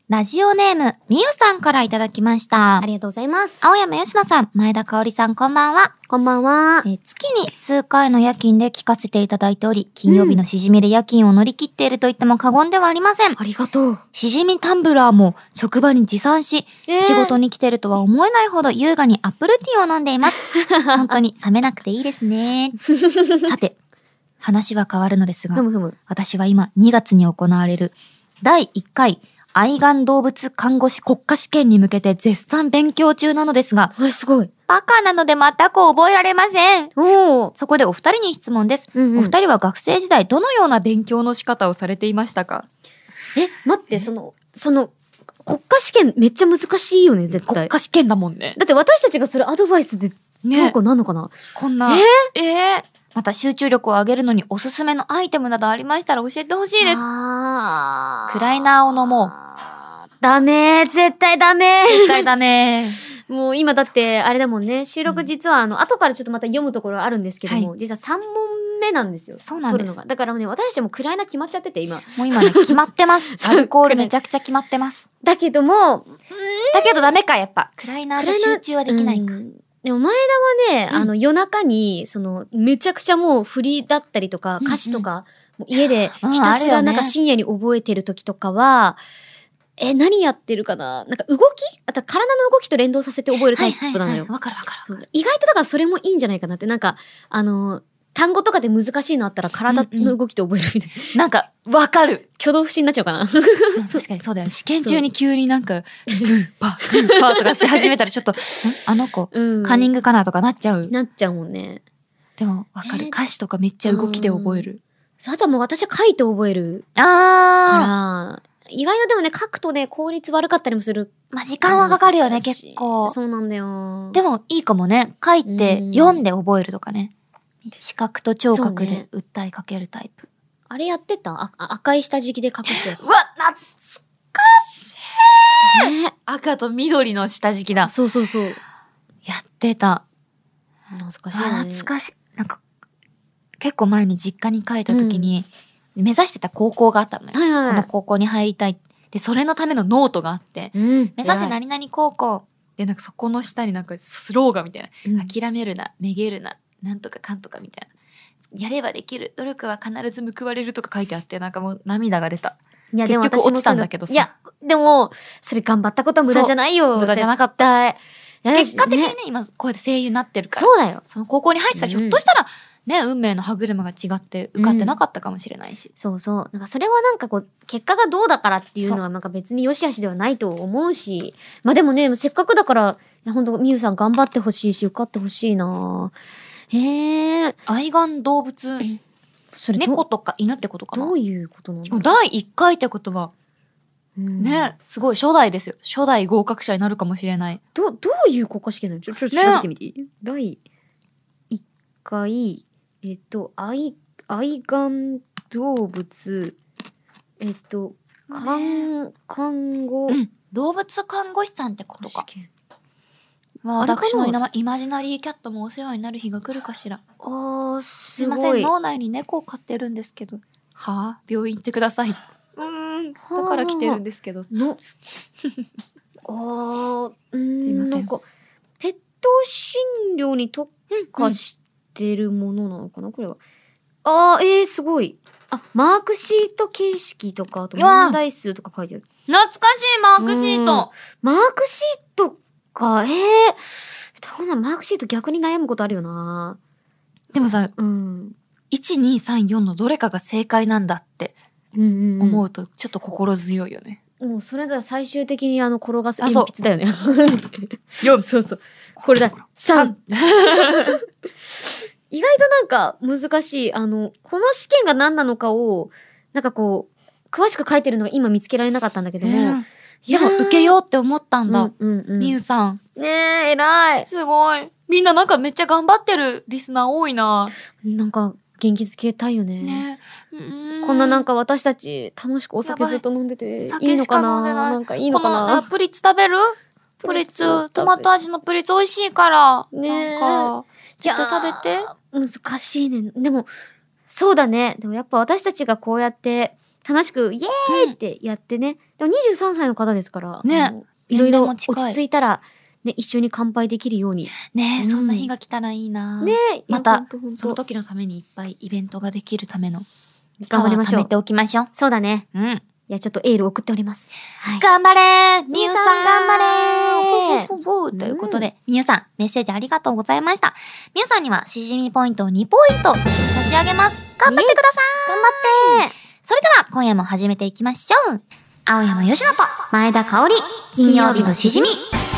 ラジオネーム、みゆさんからいただきました。 ありがとうございます。 青山よしのさん、前田香織さん、こんばんは。 こんばんは。 月に数回の夜勤で聞かせていただいており、金曜日のしじみで夜勤を乗り切っていると言っても過言ではありません。 ありがとう。 しじみタンブラーも職場に持参し、仕事に来てるとは思えないほど優雅にアップルティーを飲んでいます。本当に冷めなくていいですね。さて、話は変わるのですが、私は今2月に行われる第1回愛玩動物看護師国家試験に向けて絶賛勉強中なのですが、 すごい。 バカなので全く覚えられません。そこでお二人に質問です。お二人は学生時代どのような勉強の仕方をされていましたか？ 待って、その、国家試験めっちゃ難しいよね、絶対。 国家試験だもんね。 だって私たちがそれアドバイスで、どうこうなんのかな？ こんな。また集中力を上げるのにおすすめのアイテムなどありましたら教えてほしいです。クライナーを飲もう。 ダメ、絶対ダメ。 絶対ダメ。 もう今だって、あれだもんね、収録実は後からちょっとまた読むところあるんですけども、実は3問目なんですよ。 そうなんです。 取るのが。だからね、私たちもクライナー決まっちゃってて、今。 もう今ね、決まってます。アルコールめちゃくちゃ決まってます。 だけどダメか、やっぱ。クライナーで集中はできないか。 でも前田はね、夜中に、めちゃくちゃもう振りだったりとか、歌詞とか、もう家でひたすらなんか深夜に覚えてる時とかは、何やってるかな？なんか動き？あと体の動きと連動させて覚えるタイプなのよ。 わかるわかる。 意外とだからそれもいいんじゃないかなって、なんか、単語とかで難しいのあったら体の動きと覚えるみたいな。 なんか、わかる。 挙動不審になっちゃうかな。 確かにそうだよね。試験中に急になんか、グーパー、グーパーとかし始めたらちょっと、あの子、カンニングかなとかなっちゃう。 なっちゃうもんね。 でも、わかる。歌詞とかめっちゃ動きで覚える。 あとはもう私は書いて覚える。から、意外とでもね、書くとね、効率悪かったりもする。 まあ、時間はかかるよね、結構。 そうなんだよ。 でも、いいかもね。書いて、読んで覚えるとかね。視覚と聴覚で訴えかけるタイプ。 あれやってた？赤い下敷きで隠すやつ。 うわ、懐かしいね。赤と緑の下敷きだ。 そうそうそう。 やってた。 懐かしいね。 懐かしい。なんか、結構前に実家に帰った時に、目指してた高校があったのよ。この高校に入りたい。で、それのためのノートがあって、目指せ何々高校。で、なんかそこの下になんかスローガンみたいな。諦めるな、めげるな、なんとかかんとかみたいな。やればできる。努力は必ず報われるとか書いてあって、なんかもう涙が出た。 いや、 結局落ちたんだけどさ。 いや、でも、それ頑張ったことは無駄じゃないよ。 無駄じゃなかった。結果的にね、今こうやって声優になってるから。 そうだよ。 その高校に入ってたらひょっとしたら、ね、運命の歯車が違って受かってなかったかもしれないし。 そうそう。なんかそれはなんかこう、結果がどうだからっていうのはなんか別に良し悪しではないと思うし。まあでもね、せっかくだから、ほんと、みゆさん頑張ってほしいし、受かってほしいな愛玩動物、それ猫とか犬ってことかな？ どういうことなの？ 第1回ってことは、ね、すごい初代ですよ。初代合格者になるかもしれない。 どういう国家試験なの？ちょっと調べてみていい？第1回、愛玩動物、看護、 動物看護師さんってことか。私のイマジナリーキャットもお世話になる日が来るかしら。すいません、脳内に猫を飼ってるんですけど。病院行ってください。だから来てるんですけど。すいません。 なんか、ペット診療に特化してるものなのかな、これは。すごい。マークシート形式とか、あと問題数とか書いてある。 懐かしいマークシート。 マークシートか、どうなんマークシート逆に悩むことあるよな。 でもさ、1、2、3、4のどれかが正解なんだって思うとちょっと心強いよね。 もうそれだら最終的に転がす鉛筆だよね。 4。そうそう。 これだ。3。意外となんか難しい。この試験が何なのかを、なんかこう、詳しく書いてるのが今見つけられなかったんだけども。 でも受けようって思ったんだ。みゆさん。 ねえ、偉い。 すごい。みんななんかめっちゃ頑張ってるリスナー多いな。 なんか元気づけたいよね。 ね。 こんななんか私たち楽しくお酒ずっと飲んでていいのかな？なんかいいのかな？ このプリッツ食べる？プリッツ、トマト味のプリッツ美味しいから。なんか、ちょっと食べて。 難しいね。でも、そうだね。でもやっぱ私たちがこうやって楽しくイエーイってやってね。でも23歳の方ですから。 ね。 いろいろ落ち着いたら、ね、一緒に乾杯できるように。 ねえ、そんな日が来たらいいな。 ねえ。 また、その時のためにいっぱいイベントができるための、 頑張りましょう。 貯めておきましょう。 そうだね。 うん。 いや、ちょっとエール送っております。 はい。頑張れーみゆさん頑張れーということで、みゆさん、メッセージありがとうございました。みゆさんには、しじみポイントを2ポイント差し上げます。頑張ってください。 頑張って。 それでは、今夜も始めていきましょう。青山よしのと、 前田香織、 金曜日のしじみ。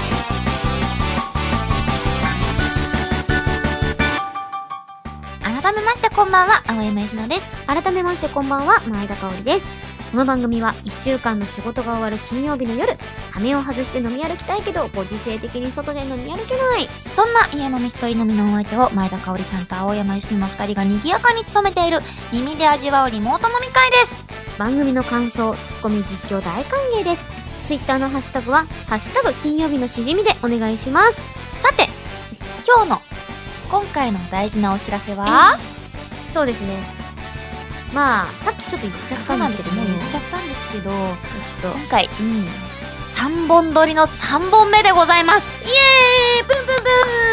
改めましてこんばんは、青山よしのです。 改めましてこんばんは、前田香織です。この番組は1週間の仕事が終わる金曜日の夜、羽目を外して飲み歩きたいけどご時世的に外で飲み歩けない、 そんな家飲み一人飲みのお相手を前田香織さんと青山よしのの2人が賑やかに務めている耳で味わうリモート飲み会です。 番組の感想、ツッコミ、実況大歓迎です。ツイッターのハッシュタグはハッシュタグ金曜日のしじみでお願いします。 さて、今回の大事なお知らせは、 そうですね、まあさっきちょっと言っちゃったんですけども、 言っちゃったんですけど、ちょっと今回、3本撮りの3本目でございます。 イエーイ、ブンブンブ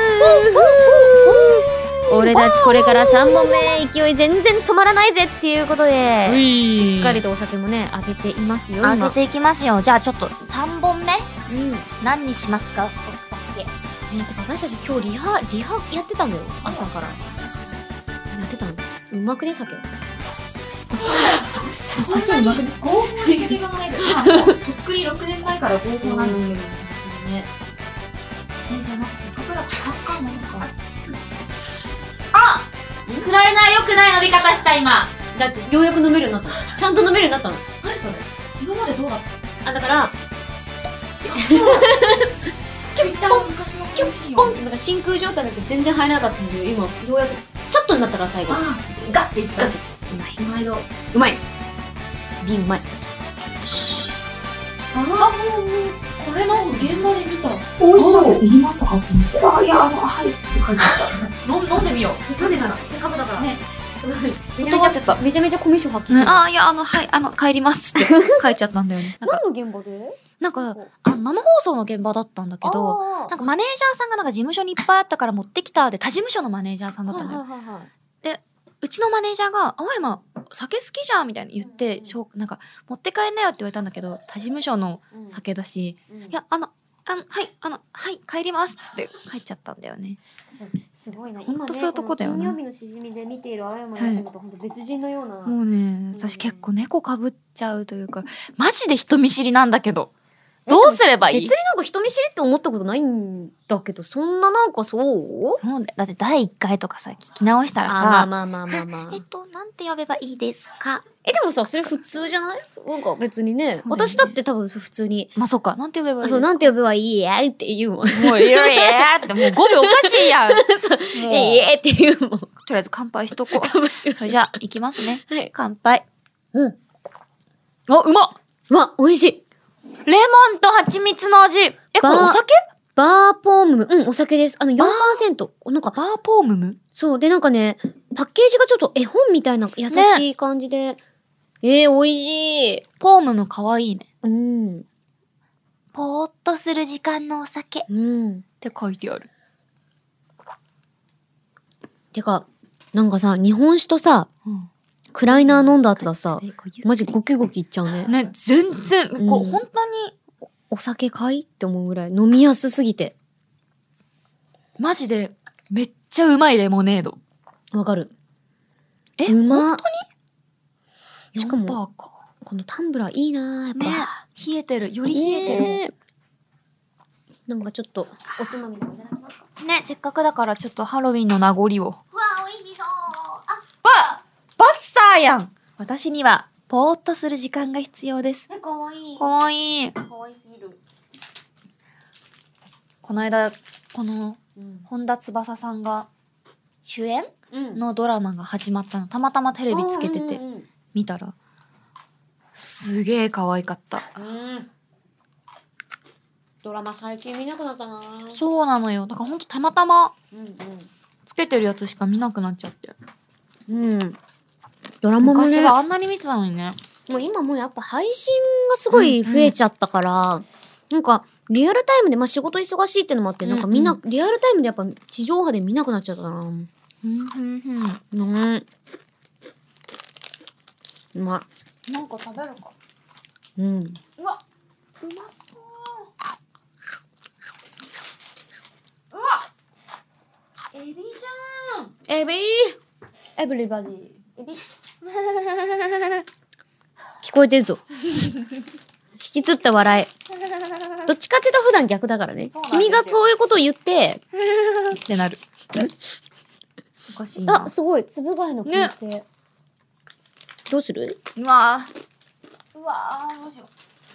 ン。俺たちこれから3本目、勢い全然止まらないぜっていうことで、しっかりとお酒もね上げていますよ。 上げていきますよ。じゃあちょっと3本目、 うん、 何にしますか、お酒。 ね、てか私たち今日リハやってたんだよ、朝からやってたの。うまくね、酒。 そんなに合法で酒がないですか。とっくり6年前から合法なんですけどね。じゃあなんかせっかくだからあ、暗いな、良くない飲み方した今。 だってようやく飲めるようになったの。ちゃんと飲めるようになったの。 何それ、今までどうだった。 あ、だから昔のポンってなんか真空状態だけ全然入らなかったんだけど、今ようやくちょっとになったから最後ガッていった。 うまい、 うまい、瓶うまい。 これなんか現場で見た。 美味しそう。 いりますかって思って、いや、はいっつって書いてあった。飲んでみよう。せっかくだからね。 すごいめちゃめちゃコミュ障発揮する。 いや、はい、帰りますって書いちゃったんだよね。 何の現場で？ なんか、生放送の現場だったんだけど、なんかマネージャーさんがなんか事務所にいっぱいあったから持ってきたで、他事務所のマネージャーさんだったんだよ。で、うちのマネージャーが、青山、酒好きじゃんみたいに言って、なんか、持って帰んなよって言われたんだけど、他事務所の酒だし、いや、はい、帰りますっつって帰っちゃったんだよね。 すごいな。 ほんとそういうとこだよね。 金曜日のしじみで見ている青山よしのと本当別人のような。 もうね、私結構猫かぶっちゃうというか、マジで人見知りなんだけど。どうすればいい？ 別になんか人見知りって思ったことないんだけど、そんななんかそう？ だって第1回とかさ、聞き直したらさ、 まあ。 なんて呼べばいいですか？ でもさ、それ普通じゃない？なんか別にね、私だって多分普通に。 まあそっか、なんて呼べばいいですか？ そう、なんて呼べばいいやって言うもん。 もういろいろってもう語尾おかしいやん。 って言うもん。とりあえず乾杯しとこう。それじゃあ、いきますね。 はい。 乾杯。 あ、うまっ！ うわ、美味しい。 レモンと蜂蜜の味。これお酒？ バーポームム。お酒です。4%。なんか、 バーポームム？ そう。で、なんかね、パッケージがちょっと絵本みたいな優しい感じで。美味しい。 ポームムかわいいね。 ぽーっとする時間のお酒。 って書いてある。 てか、なんかさ、日本酒とさ、クライナー飲んだ後ださ、マジゴキゴキいっちゃうね。 ね、全然、本当に。 お酒かいって思うぐらい飲みやすすぎて。 マジで、めっちゃうまいレモネード。 わかる。 うまっ。本当に？ しかも、このタンブラーいいなやっぱ。 ね、冷えてる。より冷えてる。 なんかちょっと、おつまみでもいただきますか？ ね、せっかくだからちょっとハロウィンの名残を。うわ、 美味しそう。 バッサーやん。私には、ぽーっとする時間が必要です。 かわいい。 かわいい。 かわいすぎる。 この間、この、本田翼さんが主演のドラマが始まったの。たまたまテレビつけてて、見たら、すげえ可愛かった。 ドラマ最近見なくなったな。 そうなのよ。だからほんとたまたま、つけてるやつしか見なくなっちゃって。 ドラマもね。 昔はあんなに見てたのにね。 もう今もうやっぱ配信がすごい増えちゃったから、なんかリアルタイムで、まあ仕事忙しいってのもあって、なんかみんなリアルタイムでやっぱ地上波で見なくなっちゃったな。うまい。なんか食べるか。 うん。 うわ、うまそう。うわ、エビじゃん。 エビーエブリバディ。エビ聞こえてるぞ。引きつった笑い。どっちかっていうと普段逆だからね。君がそういうことを言ってってなる。おかしいな。 あ、すごい。つぶ貝の燻製。ね、どうする？ うわー。どうしよう。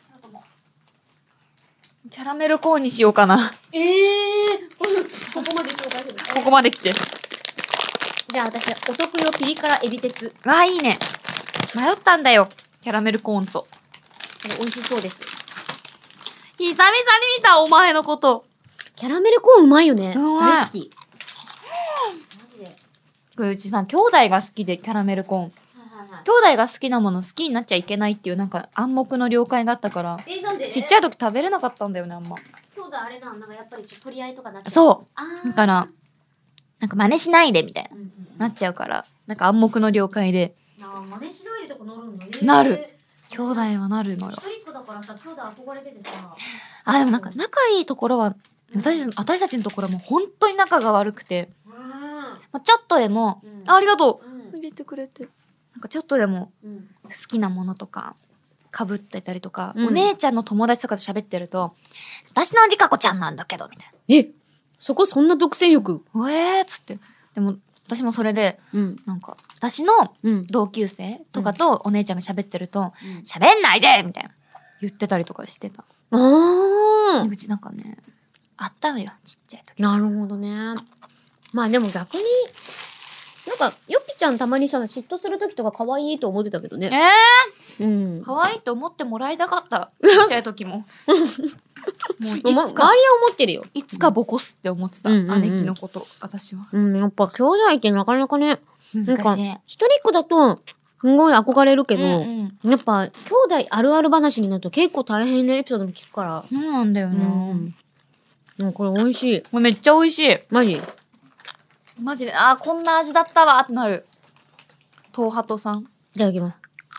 キャラメルコーンにしようかな。 ここまで紹介する。 ここまで来て。 じゃあ私、お得よピリ辛エビ鉄。 わあ、いいね。迷ったんだよ。キャラメルコーンと。 これ美味しそうです。 久々に見た、お前のこと。 キャラメルコーンうまいよね。大好き。マジで。 これうちさ、兄弟が好きでキャラメルコーン。兄弟が好きなもの好きになっちゃいけないっていうなんか暗黙の了解があったから。 なんで？ ちっちゃい時食べれなかったんだよね、あんま。 兄弟あれなんかやっぱり取り合いとかなっちゃう。 そう。だから、なんか真似しないでみたいな。なっちゃうから、なんか暗黙の了解で。 真似しないでとかなるんだね。 なる。兄弟はなるのよ。 一人っ子だからさ、兄弟憧れててさ。 あ、でもなんか仲いいところは、私たちのところはもう本当に仲が悪くて。ちょっとでも、ありがとう。入れてくれて。なんかちょっとでも好きなものとか被ってたりとか、お姉ちゃんの友達とかと喋ってると、私のリカコちゃんなんだけどみたいな。 そこそんな独占欲？ っつって。でも私もそれで、なんか私の同級生とかとお姉ちゃんが喋ってると、喋んないでみたいな言ってたりとかしてた。うちなんかね、あったのよ、ちっちゃい時。 なるほどね。まあでも逆になんかよっぴちゃんたまにさ嫉妬する時とか可愛いと思ってたけどね。 可愛いと思ってもらいたかった。ちっちゃい時も。もう周りは思ってるよ。 いつかボコすって思ってた。姉貴のこと、私は。 やっぱ兄弟ってなかなかね、 難しい。 一人っ子だとすごい憧れるけど、やっぱ兄弟あるある話になると結構大変なエピソードも聞くから。 そうなんだよな。 これ美味しい。 これめっちゃ美味しい。 マジで、こんな味だったわってなる。東ハトさん。 いただきます。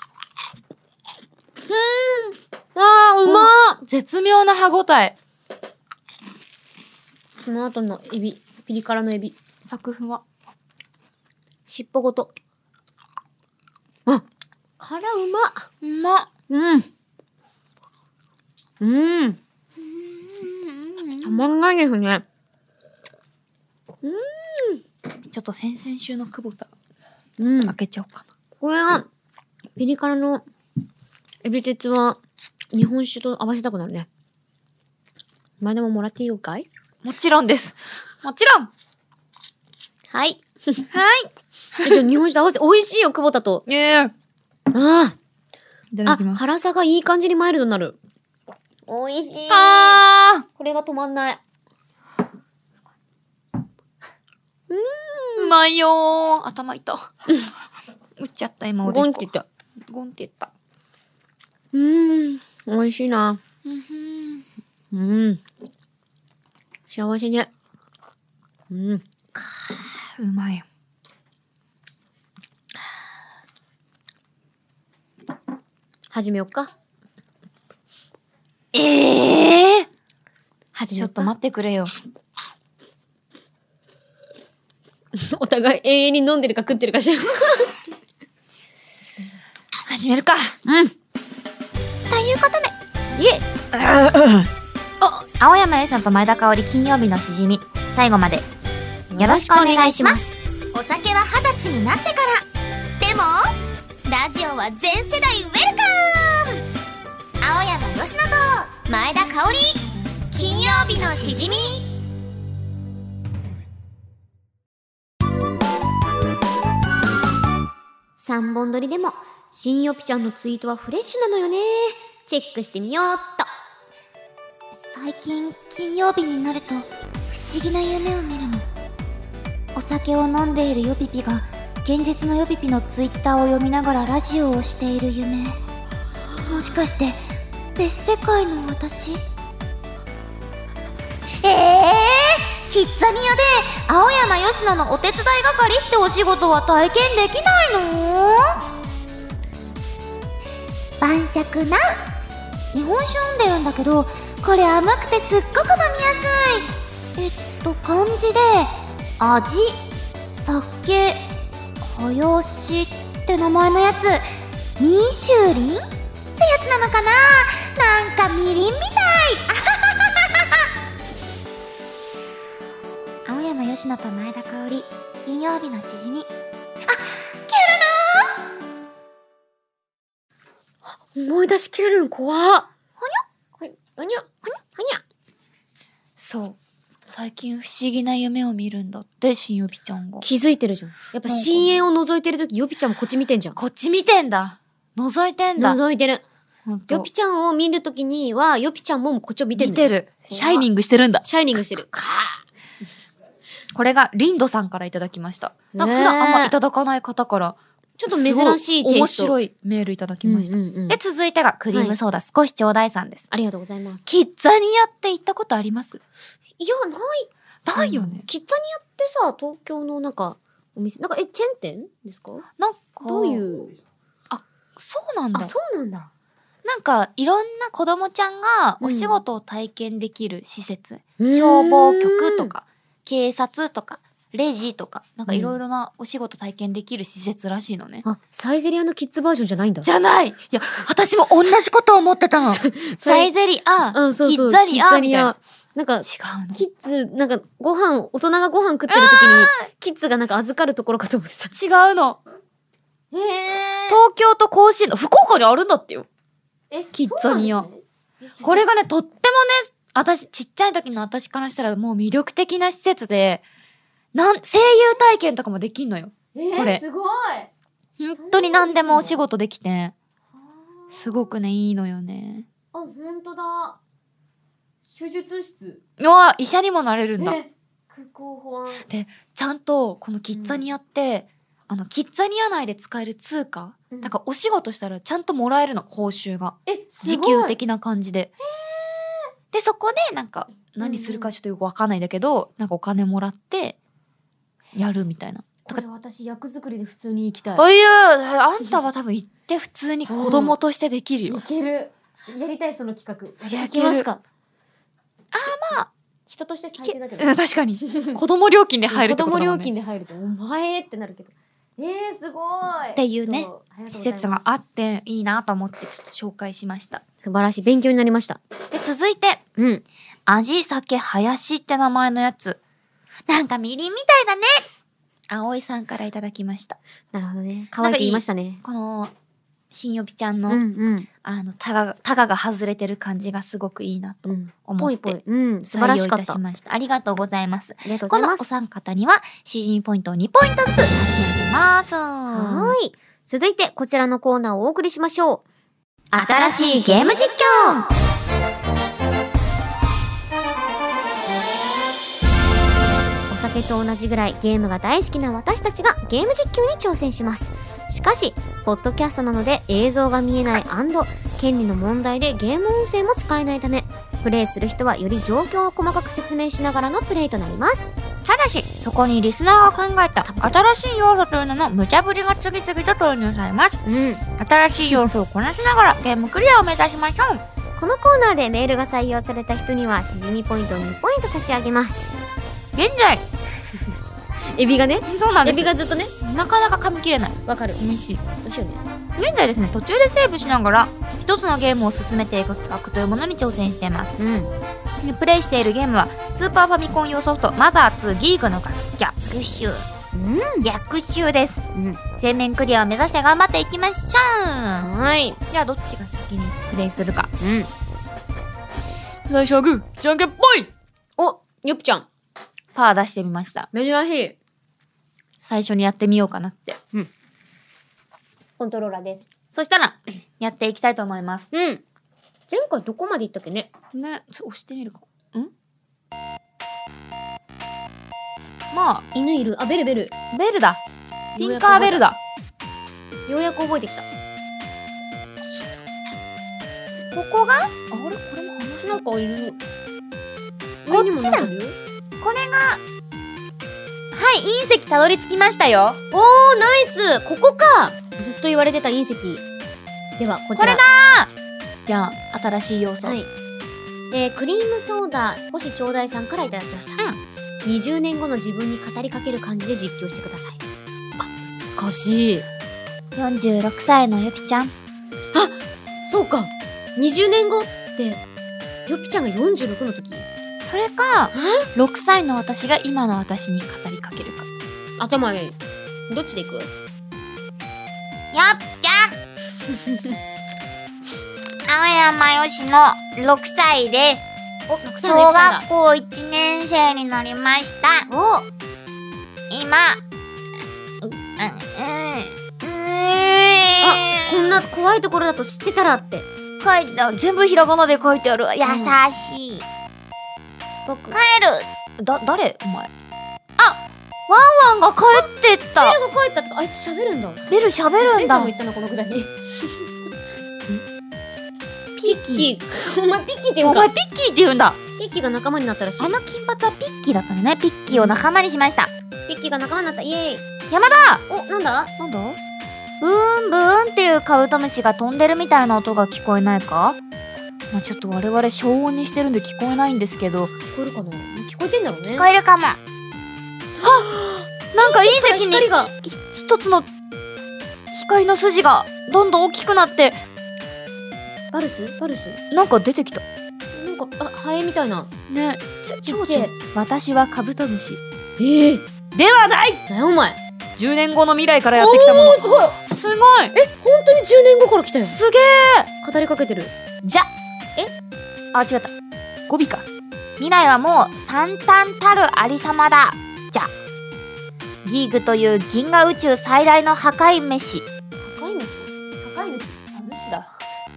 うまー。 絶妙な歯ごたえ。 その後のエビ、ピリ辛のエビ。 サクふわ。 尻尾ごと。辛うま。 うま。 たまんないですね。 ちょっと先々週の久保田、開けちゃおうかな。 これは、ピリ辛のエビ鉄は日本酒と合わせたくなるね。前でももらっていいかい？ もちろんです。もちろん。 はい。 はい。 日本酒と合わせて美味しいよ、久保田と。 いただきます。 辛さがいい感じにマイルドになる。美味しい。これは止まんない。 うまいよー。頭痛。打っちゃった、今おでこ。 ゴンって言った。 ゴンって言った。 美味しいな。幸せね。 うまいよ。 始めよっか。 ちょっと待ってくれよ。 お互い永遠に飲んでるか食ってるかしら。 始めるか。ということで、青山由ちゃんと前田香織金曜日のしじみ、最後までよろしくお願いします。 お酒は20歳になってから。でもラジオは全世代ウェルカム。青山佳乃と前田香織、金曜日のしじみ。 3本撮りでも新よぴちゃんのツイートはフレッシュなのよね。チェックしてみようっと。 最近金曜日になると不思議な夢を見るの。お酒を飲んでいるヨピピが現実のヨピピのツイッターを読みながらラジオをしている夢。 もしかして別世界の私？キッザニアで青山佳乃のお手伝い係ってお仕事は体験できないの？晩酌な。日本酒飲んでるんだけど、これ甘くてすっごく飲みやすい。漢字で味、酒、林って名前のやつ、ミーシューリンってやつなのかな。なんかみりんみたい。青山佳乃と前田香織、金曜日のしじみ。あ、 思い出しきれるん怖っ。はにゃはにゃはにゃはにゃ。 そう。最近不思議な夢を見るんだって、新よぴちゃんが。 気づいてるじゃん。やっぱ深淵を覗いてるとき、よぴちゃんもこっち見てんじゃん。 こっち見てんだ。覗いてんだ。 覗いてる。よぴちゃんを見るときには、よぴちゃんもこっちを見てる。 見てる。シャイニングしてるんだ。 シャイニングしてる。 これがリンドさんからいただきました。なんか普段あんまいただかない方から、 ちょっと珍しいテイスト。 面白いメールいただきました。で、続いてがクリームソーダ少しちょうだいさんです。 ありがとうございます。 キッザニアって行ったことあります？ いや、ない。 ないよね。 キッザニアってさ、東京のなんか、お店、なんか、チェーン店ですか？ なんか、 どういう。 あ、そうなんだ。 あ、そうなんだ。 なんか、いろんな子供ちゃんがお仕事を体験できる施設。消防局とか、警察とか、レジとか、なんかいろいろなお仕事体験できる施設らしいのね。 あ、サイゼリアのキッズバージョンじゃないんだ。 じゃない。いや、私も同じことを思ってたの。サイゼリア、キッザリア、みたいな。 なんか、違うの。 キッズ、なんか、大人がご飯食ってる時に、キッズがなんか預かるところかと思ってた。 違うの。東京と甲子園の福岡にあるんだってよ。キッザニア。これがね、とってもね、ちっちゃい時の私からしたらもう魅力的な施設で、声優体験とかもできんのよ。これ。 すごい。 本当に何でもお仕事できて、すごくね、いいのよね。 あ、ほんとだ。手術室。 うわ、医者にもなれるんだ。 空港保安。 で、ちゃんと、このキッザニアって、キッザニア内で使える通貨、なんかお仕事したらちゃんともらえるの、報酬が。時給的な感じで。で、そこで、なんか、何するかちょっとよくわかんないんだけど、なんかお金もらって、やるみたいな。 これ私役作りで普通に行きたい。 あんたは多分行って普通に子供としてできるよ。 いける。やりたい、その企画。 やりますか？ まあ。 人として最低だけど。 確かに。子供料金で入るってことだもんね。 子供料金で入ると、お前ってなるけど。すごい。 っていうね、施設があっていいなと思ってちょっと紹介しました。 素晴らしい。勉強になりました。 で、続いて、味、酒、林って名前のやつ。なんかみりんみたいだね。葵さんからいただきました。 なるほどね。可愛く言いましたね。 この、新よぴちゃんの、タガが外れてる感じがすごくいいなと思って、 素晴らしかった。 ありがとうございます。 ありがとうございます。 このお三方には、しじみポイントを2ポイントずつ差し上げます。 はい。続いて、こちらのコーナーをお送りしましょう。 新しいゲーム実況。 お酒と同じぐらいゲームが大好きな私たちがゲーム実況に挑戦します。しかし、ポッドキャストなので映像が見えない&権利の問題でゲーム音声も使えないため、プレイする人はより状況を細かく説明しながらのプレイとなります。 ただし、そこにリスナーが考えた新しい要素というのの無茶ぶりが次々と投入されます。新しい要素をこなしながらゲームクリアを目指しましょう。 このコーナーでメールが採用された人にはしじみポイントを2ポイント差し上げます。 現在エビがね、 そうなんです。 エビがずっとね、 なかなか噛み切れない。 わかる。 嬉しい。 どうしようね。 現在ですね、途中でセーブしながら一つのゲームを進めていく企画というものに挑戦しています。プレイしているゲームはスーパーファミコン用ソフトマザー2ギーグの逆襲。逆襲です。全面クリアを目指して頑張っていきましょう。 はい。 じゃあどっちが先にプレイするか。最初はグー、じゃんけんぽい。 お、よっちゃん。 パー出してみました。 珍しい。 最初にやってみようかなって。 コントローラーです。 そしたら、やっていきたいと思います。 前回どこまで行ったっけね。 押してみるか。まあ、 犬いる。あ、ベル。 ベルだ。ティンカーベルだ。 ようやく覚えてきた。 ここがあれこれも話したなんかいる。 こっちだ。これが、はい、隕石たどり着きましたよ。 おー、ナイス。ここか。ずっと言われてた隕石。では、こちら。 これだー。じゃあ、新しい要素。 はい。クリームソーダ少しちょうだいさんからいただきました。20年後の自分に語りかける感じで実況してください。あ、難しい。 46歳のゆぴちゃん。 そうか。20年後って、よぴちゃんが46の時。 それか、6歳の私が今の私に語りかけるか。 頭いい。どっちでいく？ よっちゃん青山よしの6歳です。 お、6歳のよ小ぴちゃんだ。 学校1年生になりました。 お、 今、 こんな怖いところだと知ってたらって。 書いた。全部ひらがなで書いてある。 優しい。 僕。 帰る。 誰お前。あ、ワンワンが帰ってった。 ベルが帰ったってか、あいつ喋るんだ。 ベル喋るんだ。 前回も言ったな、このくだり。ピッキー。お前ピッキーって言うんか。 お前ピッキーって言うんだ。 ピッキーが仲間になったらしい。 あの金髪はピッキーだったのね。ピッキーを仲間にしました。 ピッキーが仲間になった。イエーイ。 山田。 お、なんだ？ なんだ？ブーンブーンっていうカブトムシが飛んでるみたいな音が聞こえないか？まあ、ちょっと我々消音にしてるんで聞こえないんですけど。 聞こえるかな？聞こえてんだろうね。 聞こえるかも。 なんか隕石に光が一つの光の筋がどんどん大きくなってバルス？バルス？ なんか出てきたなんか、ハエみたいな。 ね。 ちっちゃい。 私はカブトムシではない。 だよお前。 10年後の未来からやってきたもの。 おー、すごい。 すごい。 本当に10年後から来たよ。 すげえ。 語りかけてる。 じゃあ、違った語尾か。 未来はもう惨憺たるありさまだ。じゃギーグという銀河宇宙最大の破壊飯。 破壊飯？破壊飯？ 主だ。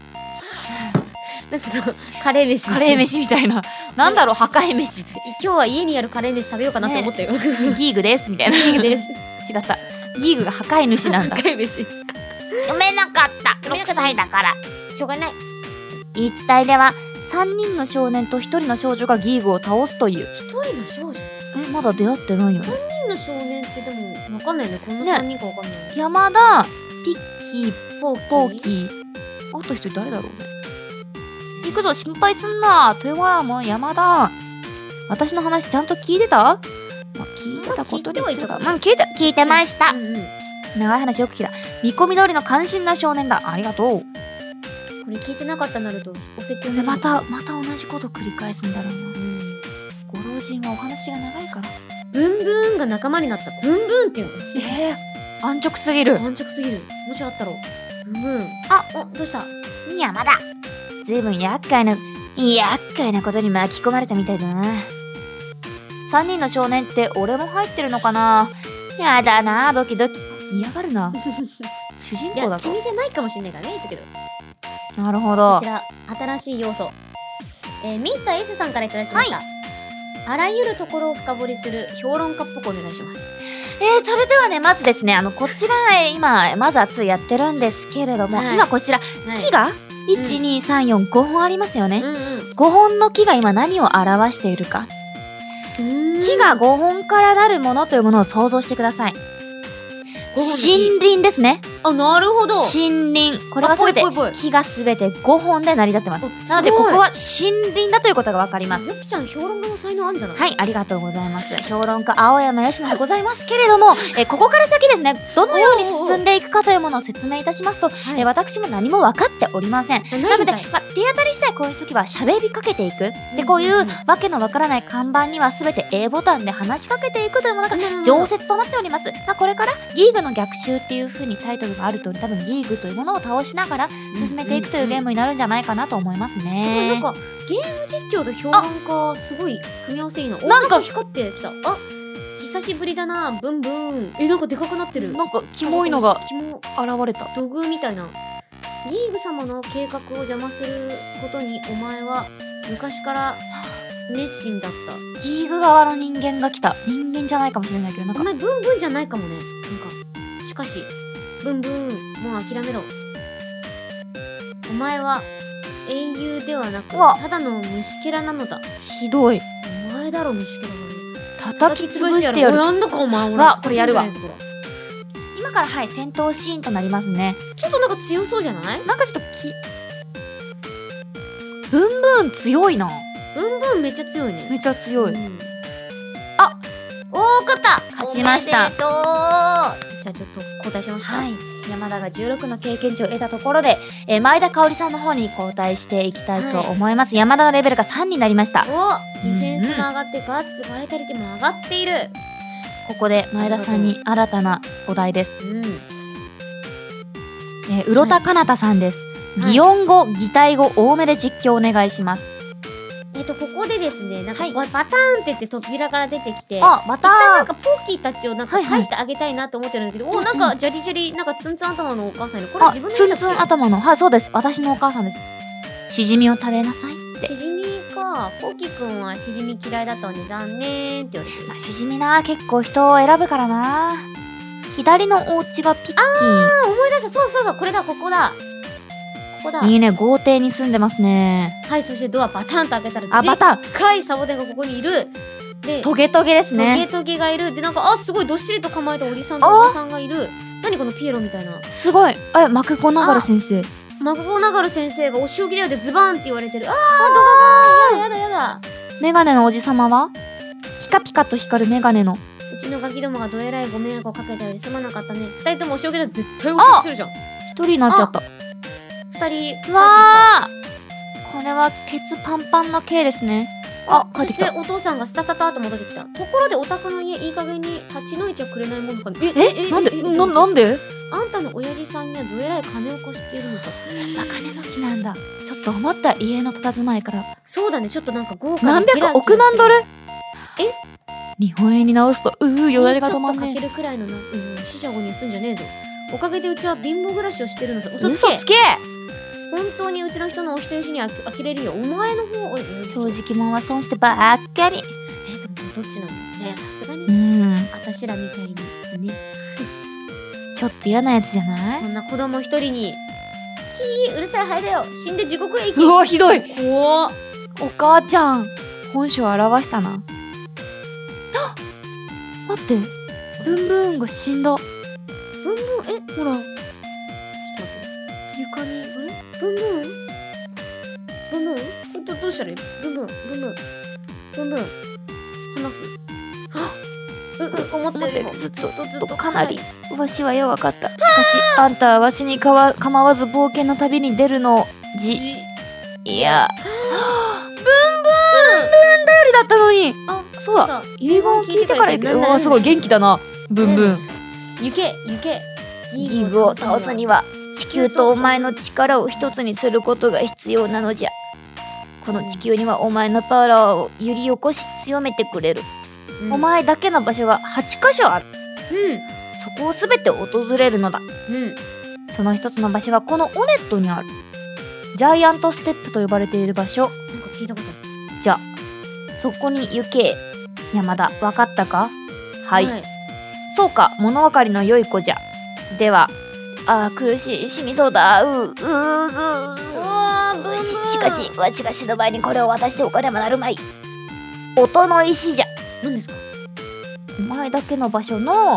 なんかそのカレー飯。 カレー飯みたいな。なんだろう、破壊飯って。 今日は家にあるカレー飯食べようかなって思ったよ。 ギーグですみたいな。 ギーグです。 違った。ギーグが破壊主なんだ。 破壊飯。 読めなかった。6歳だから。 しょうがない。 言い伝えでは3人の少年と1人の少女がギーグを倒すという。 一人の少女。 まだ出会ってないよね。 3人の少年ってでもわかんないね。この3人かわかんない。 山田、ピッキー、ポーキー。あと1人誰だろうね。行くぞ、心配すんな。というはもう山田。私の話ちゃんと聞いてた？まあ、聞いてたことにするが。 聞いてました。 長い話よく聞いた。見込み通りの関心な少年だ。ありがとう。 これ聞いてなかったなるとお説教でまた同じこと繰り返すんだろうな。ご老人はお話が長いから。 ブンブーンが仲間になった。ブンブーンっていうの？ 安直すぎる。 安直すぎる。もしあったろう。ブンブーン。どうした？ 山だ。 ずいぶん厄介なことに巻き込まれたみたいだな。3人の少年って俺も入ってるのかな？やだな、ドキドキ。嫌がるな。主人公だぞ。 君じゃないかもしれないからね、言ったけど。 なるほど。 こちら、新しい要素。ミスター S さんからいただきました。あらゆるところを深掘りする評論家っぽくお願いします。 それではね、まずですね、こちら今、まず2やってるんですけれども、今こちら、木が、1、2、3、4、5本ありますよね。5本の木が今何を表しているか。木が5本からなるものというものを想像してください。森林ですね。 あ、なるほど。 森林。これはすべて、木がすべて5本で成り立ってます。なので、ここは森林だということがわかります。 ゆきちゃん、評論家の才能あるんじゃない？ はい、ありがとうございます。評論家、青山佳乃でございますけれども、ここから先ですね、どのように進んでいくかというものを説明いたしますと、私も何も分かっておりません。なので、手当たり次第こういう時は喋りかけていく。で、こういうわけのわからない看板にはすべて A ボタンで話しかけていくというものが常設となっております。これからギーグの逆襲っていう風にタイトルがある通り、多分ギーグというものを倒しながら進めていくというゲームになるんじゃないかなと思いますね。 すごい、なんかゲーム実況と評論家すごい組み合わせいいの。なんか光ってきた。久しぶりだな。ブンブン。なんかでかくなってる。 なんかキモいのが現れた。 土偶みたいな。ギーグ様の計画を邪魔することにお前は昔から熱心だった。 ギーグ側の人間が来た。人間じゃないかもしれないけど、なんかお前ブンブンじゃないかもね。なんかしかしブンブンもう諦めろ。お前は英雄ではなく、 うわただの虫けらなのだ。 ひどい。 お前だろ、虫けらなの。 叩き潰してやる。 なんだかお前、 わこれやるわふざけんじゃないぞ今からはい、戦闘シーンとなりますね。 これちょっとなんか強そうじゃない？ なんかちょっとブンブン強いな。 ブンブンめっちゃ強いね。 めっちゃ強い。 あ、勝った。 勝ちました。 おめでとう。じゃあちょっと交代しますか。 はい。山田が16の経験値を得たところで、前田香織さんの方に交代していきたいと思います。山田のレベルが3になりました。 お、ディフェンスも上がって、ガッツ、バイタリティも上がっている。 ここで前田さんに新たなお題です。うろたかなたさんです。擬音語、擬態語多めで実況お願いします。 ここでですね、なんか、 はいバターンって言って扉から出てきて、 あ、バタ一旦なんーかポーキーたちをなんか返してあげたいなと思ってるんだけど、お、なんかジャリジャリ、なんかツンツン頭のお母さんいる。これあ、 自分でツンツン頭の、はい、そうです。私のお母さんです。しじみを食べなさいって。 しじみか。ポーキーくんはしじみ嫌いだったのに残念って言われてる。 まあ、しじみな、結構人を選ぶからな。左のお家はピッキー。 あ、思い出した。そうそうそう。これだ、ここだ。ここだ。 いいね、豪邸に住んでますね。 はい、そしてドアバタンと開けたら、 あ、バタン。 でっかいサボテンがここにいる。で、 トゲトゲですトゲね。 トゲがいる。で、なんか、あ、すごいどっしりと構えたおじさんとおばさんがいる。何このピエロみたいな。 すごい。マクゴナガル先生。 マグゴナガル先生がお仕置きだよでズバーンって言われてる。あー、ドガがやだやだやだ。 メガネのおじさまはピカピカと光るメガネの。 うちのガキどもがどえらいご迷惑をかけたようですまなかったね。二人ともお仕置きだと絶対お仕置きするじゃん。 一人になっちゃった。 二人。 わー、これはケツパンパンの系ですね。あ、帰ってきた。 そしてお父さんがスタタタと戻ってきた。ところでお宅の家いい加減に立ち退いちゃくれないものかね。 なんであんたの親父さんにはどえらい金を貸しているのさ。 金持ちなんだ。ちょっと思った家の佇まいから。 そうだね、ちょっとなんか豪華何百億万ドルえ日本円に直すと、よだれが止まんねちょっとかけるくらいのな、四捨五入すんじゃねえぞ。おかげでうちは貧乏暮らしをしてるのさ。 嘘つけ本当にうちの人のお人よしに呆れるよ。お前の方、 正直者は損してばっかり。 でもどっちなんだよ。さすがに。私らみたいにね。 ちょっと嫌なやつじゃない？ こんな子供一人に、うるさいハエだよ。死んで地獄へ行き。 うわ、ひどい。 怖っ。 お母ちゃん、本性を表したな。待って、ブンブンが死んだ。 ブンブン、ほら。ちょっと待って。床に、ブンブンブンブンこれどうしたらいい？ブンブン、ブンブン、ブンブン、離す。思ったよりもずっとかなりわしは弱かった。しかしあんたはわしに構わず冒険の旅に出るのをいやブンブン頼りだったのに。 あ、 そうだ、遺言を聞いてから行く。うわ、すごい元気だなブンブン。 行けギグを倒すには地球とお前の力を一つにすることが必要なのじゃ。この地球にはお前のパワーを揺り起こし強めてくれる、お前だけの場所が8カ所ある。そこをすべて訪れるのだ。その一つの場所はこのオネットにある。ジャイアントステップと呼ばれている場所。 なんか聞いたことある。 じゃあそこに行け。山田、わかったか？はい、そうか、物分かりの良い子じゃ。では、苦しい、死にそうだ。しかしわしが死ぬ前にこれを渡しておかねばなるまい。音の石じゃ。 何ですか？ お前だけの場所の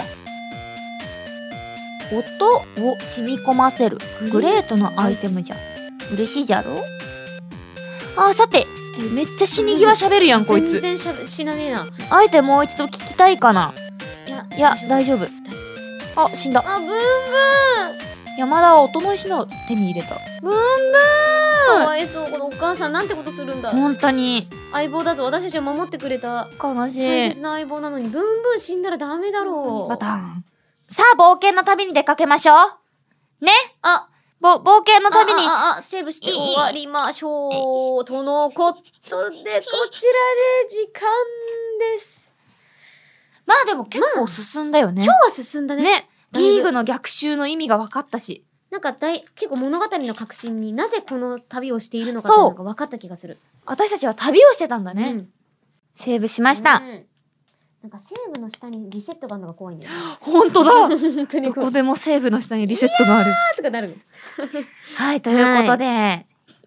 音を染み込ませるグレートのアイテムじゃ。嬉しいじゃろ。さて、めっちゃ死に際喋るやんこいつ。 全然死なねえな。 あえてもう一度聞きたいかな。いや大丈夫。死んだ。 ブンブン。 山田は音の石の手に入れた。ブンブン。 かわいそう。このお母さんなんてことするんだ。 本当に相棒だぞ。私たちを守ってくれた悲しい大切な相棒なのに、ブンブン死んだらダメだろう。 バタン。さあ冒険の旅に出かけましょうね。冒険の旅にセーブして終わりましょうとのことで、こちらで時間です。 まあでも結構進んだよね。 今日は進んだね。 ギーグの逆襲の意味が分かったし、 なんか結構物語の核心になぜこの旅をしているのかというのが分かった気がする。 私たちは旅をしてたんだね。セーブしました。 なんかセーブの下にリセットがあるのが怖いんだよね。 本当だ。 本当にどこでもセーブの下にリセットがある。 とかなる。 はい、ということで、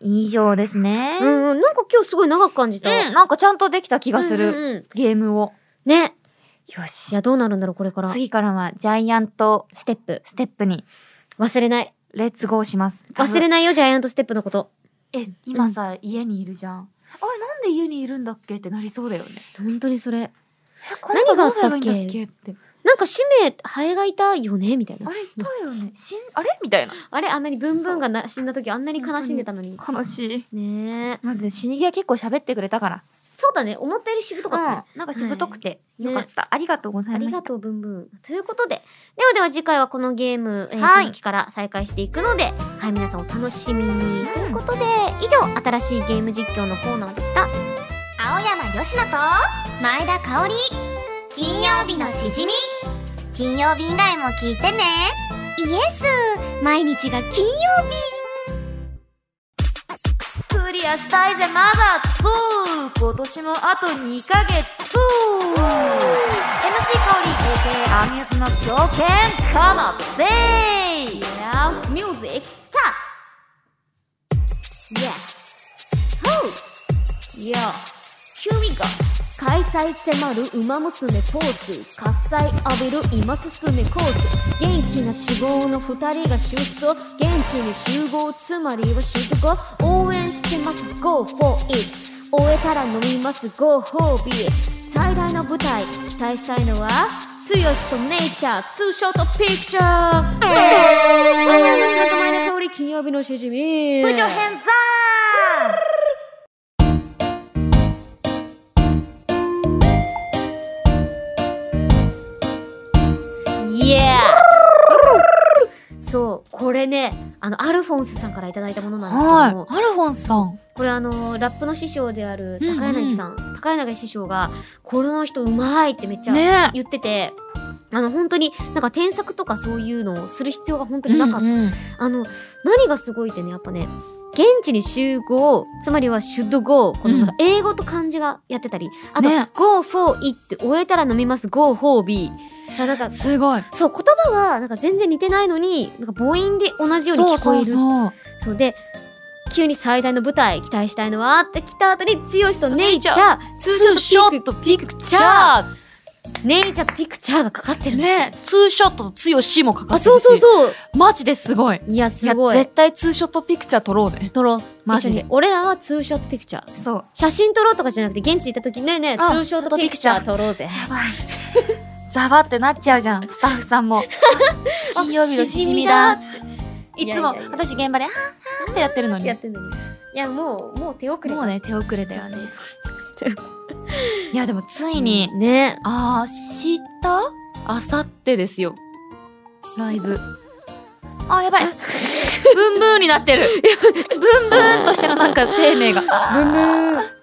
以上ですね。 なんか今日すごい長く感じた。 なんかちゃんとできた気がする。ゲームを。 ね。 よし。 いや、どうなるんだろう、これから。 次からはジャイアントステップに。 忘れない。 レッツゴーします。 忘れないよ、ジャイアントステップのこと。 今さ、家にいるじゃん。あれ、なんで家にいるんだっけってなりそうだよね。 本当にそれ。 何があったっけって。 なんか使命、ハエがいたよねみたいな。 あれ、いたよね。あれみたいな。 あれ、あんなにブンブンが死んだ時あんなに悲しんでたのに。 悲しい。 ねえ。 まず死に際結構喋ってくれたから。 そうだね。思ったよりしぶとかったね。 なんかしぶとくてよかった。ありがとうございます。 ありがとう、ブンブン。ということで。では次回はこのゲーム、続きから再開していくので、はい、皆さんお楽しみに。ということで、以上、新しいゲーム実況のコーナーでした。 青山よしのと前田香織、金曜日のしじみ。金曜日以外も聞いてね。イエス、毎日が金曜日。クリアしたいぜまだ今年もあと2ヶ月。 MC 香り AKA アミューズの狂犬かませ。 Yeah, music start. Yeah. Oh. Yeah. Here we go. 開催迫る馬娘ポーズ、喝采浴びる今進めコース、元気な酒豪の2人が出走、現地に集合、つまりは集合、応援してます Go for it、 終えたら飲みます Go for it、 最大の舞台期待したいのは剛とネイチャー、ツーショットピクチャー。青山白と前田香織、金曜日のしじみ。 部長変座そう、これね、アルフォンスさんからいただいたものなんですけども、 アルフォンスさん、 これラップの師匠である高柳さん、高柳師匠が、この人うまいってめっちゃ言ってて、本当になんか添削とかそういうのをする必要が本当になかった。何がすごいってね、やっぱね、現地に集合、つまりは should go、このなんか英語と漢字がやってたり、あと、go for it って終えたら飲みます go for be。なんかすごい。 そう、言葉はなんか全然似てないのに、なんか母音で同じように聞こえる。そうで、急に最大の舞台期待したいのはって来た後に、剛とネイチャー、ツーショットピクチャー。ネイチャーとピクチャーがかかってるね。ツーショットとツヨシもかかってるし。 そうそうそう。 マジですごい。 いや、すごい。 絶対ツーショットピクチャー撮ろうね。 撮ろう。 マジで。 俺らはツーショットピクチャー。 そう。 写真撮ろうとかじゃなくて、現地に行った時ね、ツーショットピクチャー撮ろうぜ。 やばい。ザバってなっちゃうじゃん、スタッフさんも。金曜日のしじみだって。いつも、私現場で、はーってやってるのに。 やってんのに。いや、もう手遅れ。 もうね、手遅れだよね。いや、でもついに、 ね。 明日？明後日ですよ。ライブ。やばい。ブンブーンになってる。ブンブーンとしてのなんか生命が。ブンブーン。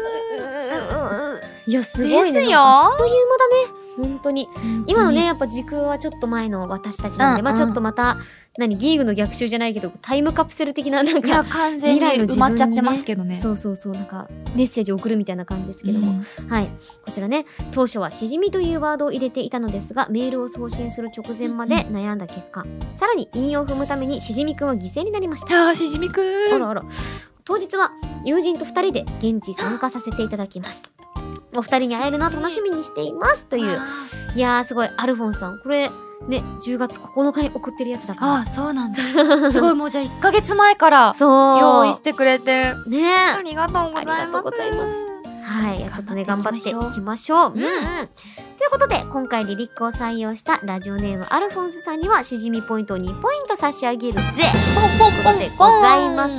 いや、すごいね。 ですよ。 あっという間だね。本当に。今のね、やっぱ時空はちょっと前の私たちなんで、まあちょっとまた、ギーグの逆襲じゃないけど、タイムカプセル的ななんか、 いや、完全に埋まっちゃってますけどね。 そうそうそう、なんか、メッセージを送るみたいな感じですけども。はい。こちらね、当初はしじみというワードを入れていたのですが、メールを送信する直前まで悩んだ結果、さらに韻を踏むためにしじみくんは犠牲になりました。 しじみくん。 あらあら。当日は友人と2人で現地参加させていただきます。お二人に会えるのを楽しみにしていますという。いやー、すごい。アルフォンさん。これ、ね、10月9日に送ってるやつだから。 そうなんだ。すごい、もうじゃあ1ヶ月前から用意してくれて。 ねえ。 ありがとうございます。 ありがとうございます。はい。ちょっとね、頑張っていきましょう。ということで、今回リリックを採用したラジオネームアルフォンスさんには、しじみポイントを2ポイント差し上げるぜ。ということでございます。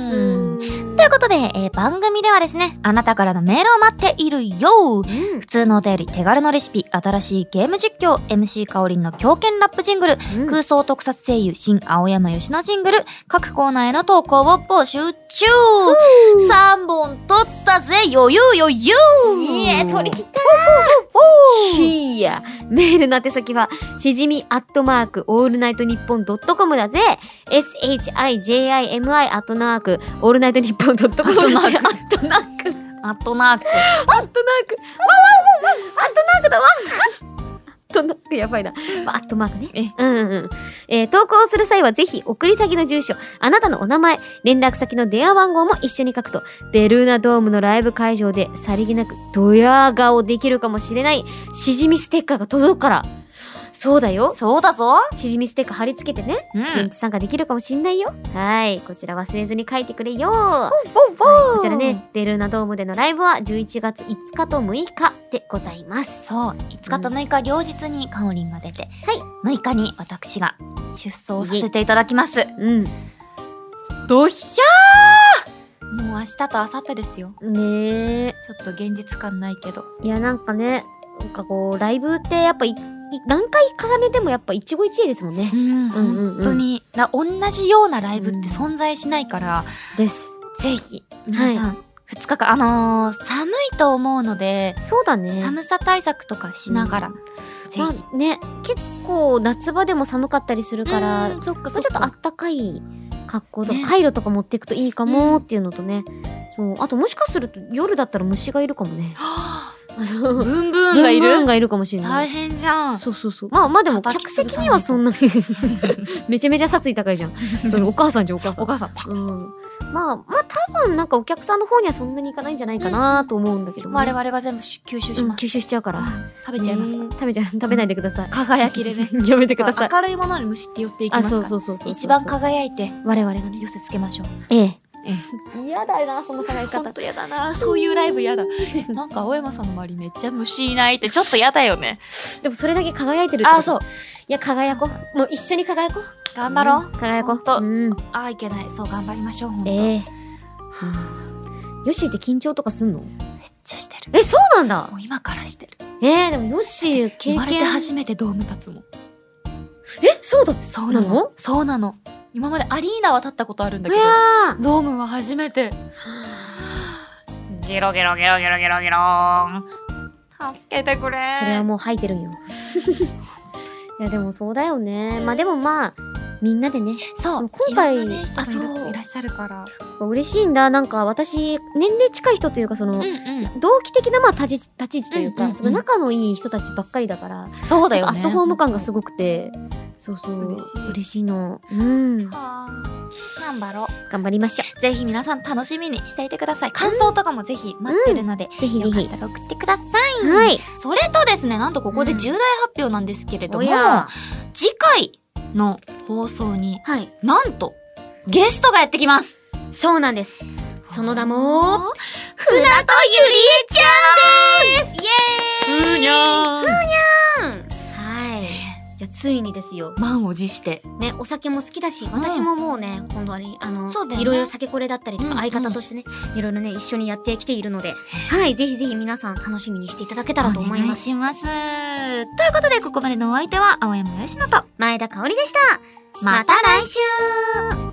ということで、番組ではですね、あなたからのメールを待っているよ。普通のお便り、手軽のレシピ、新しいゲーム実況、MC かおりんの狂犬ラップジングル、空想特撮声優、新青山吉野ジングル、各コーナーへの投稿を募集中。3本取ったぜ、余裕余裕。 いえ、取り切ったー。いや、メールの宛先は、しじみ@allnightnippon.com だぜ。shijimi @allnightnippon.com アットナーク。アットナーク。アットナーク。アットナークだわ。アットマークやばいな。アットマークね。投稿する際はぜひ送り先の住所、あなたのお名前、連絡先の電話番号も一緒に書くと、ベルーナドームのライブ会場でさりげなくドヤ顔できるかもしれないしじみステッカーが届くから。そうだよ。 そうだぞ。 しじみステッカー貼り付けてね、現地参加できるかもしんないよ。はい。こちら忘れずに書いてくれよ。はい、こちらね、ベルーナドームでのライブは11月5日と6日でございます。 そう。5日と6日両日にカオリンが出て、はい。6日に私が出走させていただきます。どひゃー！もう明日と明後日ですよ。 ねえ。 ちょっと現実感ないけど。 いや、なんかね、なんかこう、ライブってやっぱ何回重ねてもやっぱ一期一会ですもんね。 本当に。同じようなライブって存在しないから、 です。 ぜひ、皆さん、2日間、寒いと思うので、 そうだね。 寒さ対策とかしながら、ぜひ。 まあね、結構夏場でも寒かったりするから、 そっかちょっとあったかい格好とか、カイロとか持っていくといいかもっていうのとね。そう、あともしかすると夜だったら虫がいるかもね。 ブンブンがいる？ ブンブンがいるかもしれない。 大変じゃん。 そうそうそう。まあでも客席にはそんなにめちゃめちゃ殺意高いじゃん。お母さんじゃん、お母さん。 お母さん。 まあ多分なんかお客さんの方にはそんなにいかないんじゃないかなと思うんだけど、 我々が全部吸収します。 吸収しちゃうから。 食べちゃいますか？ 食べないでください。 輝きでね。 やめてください。 明るいものに虫って寄っていきますから。 そう。 一番輝いて、 我々がね、 寄せつけましょう。 嫌だな、その輝き方。 ほんと嫌だな、そういうライブ嫌だ。なんか青山さんの周りめっちゃ虫いないってちょっと嫌だよね。 でもそれだけ輝いてるってこと。 そう。 いや、輝こう。もう一緒に輝こう。 頑張ろう。 輝こう。 いけない。そう、頑張りましょう、ほんと。 ヨッシーって緊張とかすんの？ めっちゃしてる。 そうなんだ。 もう今からしてる。 でもヨッシー経験。 生まれて初めてドーム立つもん。 そうだ。 そうなの？そうなの。今までアリーナは立ったことあるんだけど、ドームは初めて。ゲロゲロゲロゲロゲロゲローン。助けてくれ。 それはもう吐いてるんよ。いやでもそうだよね。まあでもみんなでね。 そう。 今回、 いらっしゃるから。 嬉しいんだ。なんか私、年齢近い人というか、同期的な立ち位置というか、仲のいい人たちばっかりだから、 そうだよね。 アットホーム感がすごくて、そう嬉しいの。頑張ろう。 頑張りましょう。 ぜひ皆さん楽しみにしていてください。感想とかもぜひ待ってるので、 ぜひよかったら送ってください。 はい。 それとですね、なんとここで重大発表なんですけれども、次回の放送に、なんとゲストがやってきます。 そうなんです。その名も、 船戸ゆりえちゃんです。イエーイ。 ふにゃーん。 じゃあついにですよ。 満を持して。 ね、お酒も好きだし、私ももうね、本当に、いろいろ酒これだったりとか、相方としてね、いろいろね、一緒にやってきているので、ぜひぜひ皆さん楽しみにしていただけたらと思います。 お願いします。ということで、ここまでのお相手は、青山よしのと、 前田香織でした。 また来週。